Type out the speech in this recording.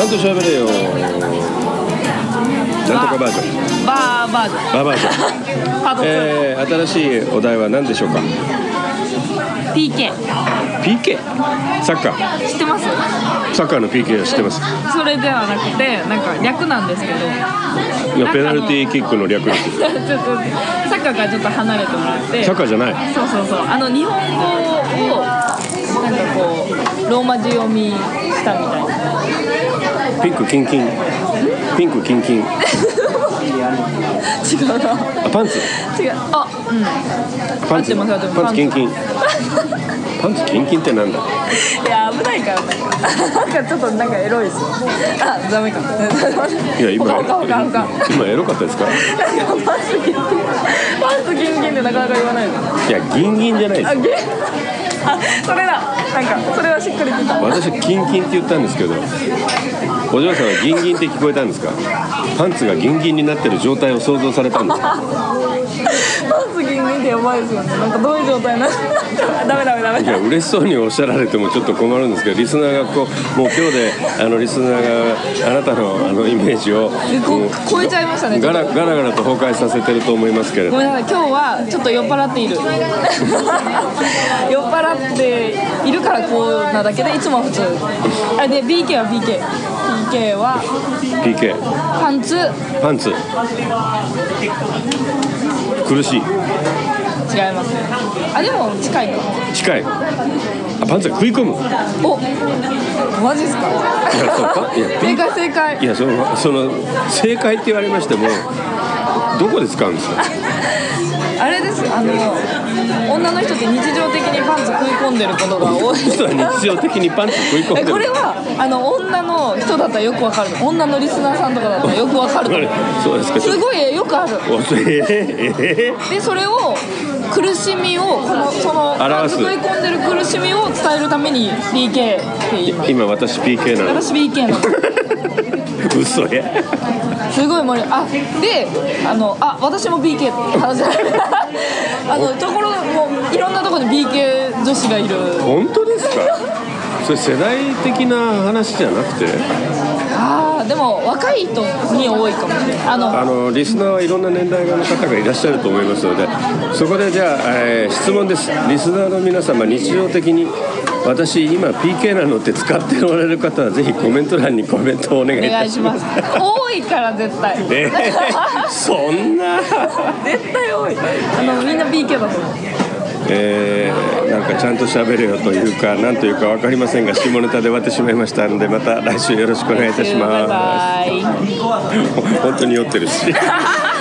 ゃんと喋れよ。なんとかバージョン。 バージョン。 バージョン。 パート2。 新しいお題は何でしょうか。 PK。 PK。サッカー。 知ってます？ サッカーの PK は知ってます。 それではなくて、なんか略なんですけど。 ペナルティーキックの略です。 ちょっとサッカーからちょっと離れてもらって。 サッカーじゃない。 そうそうそう。日本語をなんかこうローマ字読みしたみたいな。 ピンクキンキン。ピンクキンキン。 違うな。 パンツ。 違う。 パンツキンキン。パンツキンキンってなんだ。 いや危ないからなんかちょっとなんかエロいですよ。ダメか。 いや今エロかったですか。 パンツキンキンってなかなか言わないの。 いやギンギンじゃないです。 それだ。なんかそれはしっくりきた。 私はキンキンって言ったんですけど、お嬢さんはギンギンって聞こえたんですか。パンツがギンギンになってる状態を想像されたんですか。 パンツギンギンってやばいですよね。なんかどういう状態なの。ダメ。 いや嬉しそうにおっしゃられてもちょっと困るんですけど、リスナーがこうもう今日でリスナーがあなたのイメージを超えちゃいましたね。 ガラガラと崩壊させてると思いますけれど。 ごめんなさい、今日はちょっと酔っ払っている。酔っ払っているからこうなだけで、いつもは普通。で BK は PK は PK パンツ苦しい。 違いますね。でも近いか。 パンツが食い込む。 お、マジっすか。正解。 いやその正解って言われましてもどこで使うんですか。 あれです。女の人って日常的にパンツ食い込んでることが多い。 実は日常的にパンツ食い込んでる。 これは女の人だったらよくわかる。女のリスナーさんとかだったらよくわかる。 そうですか。 すごいよくある。でそれを苦しみをそのパンツ食い込んでる苦しみを伝えるために PK って言います。 今私 PK なの。 私 PK なの。 嘘や。 すごい盛りで私も BK って話じゃない。ところもいろんなところに BK 女子がいる。 本当ですか。それ世代的な話じゃなくて。 でも若い人に多いかもしれない。 リスナーはいろんな年代の方がいらっしゃると思いますので、そこでじゃあ、質問です。リスナーの皆様、日常的に私今 PK なのって使っておられる方はぜひコメント欄にコメントをお願いいたします。 多いから絶対。 そんな絶対多い。みんな PK だと思う。 なんかちゃんと喋れよというかなんというか分かりませんが、下ネタで終わってしまいましたので、また来週よろしくお願いいたします。本当に酔ってるし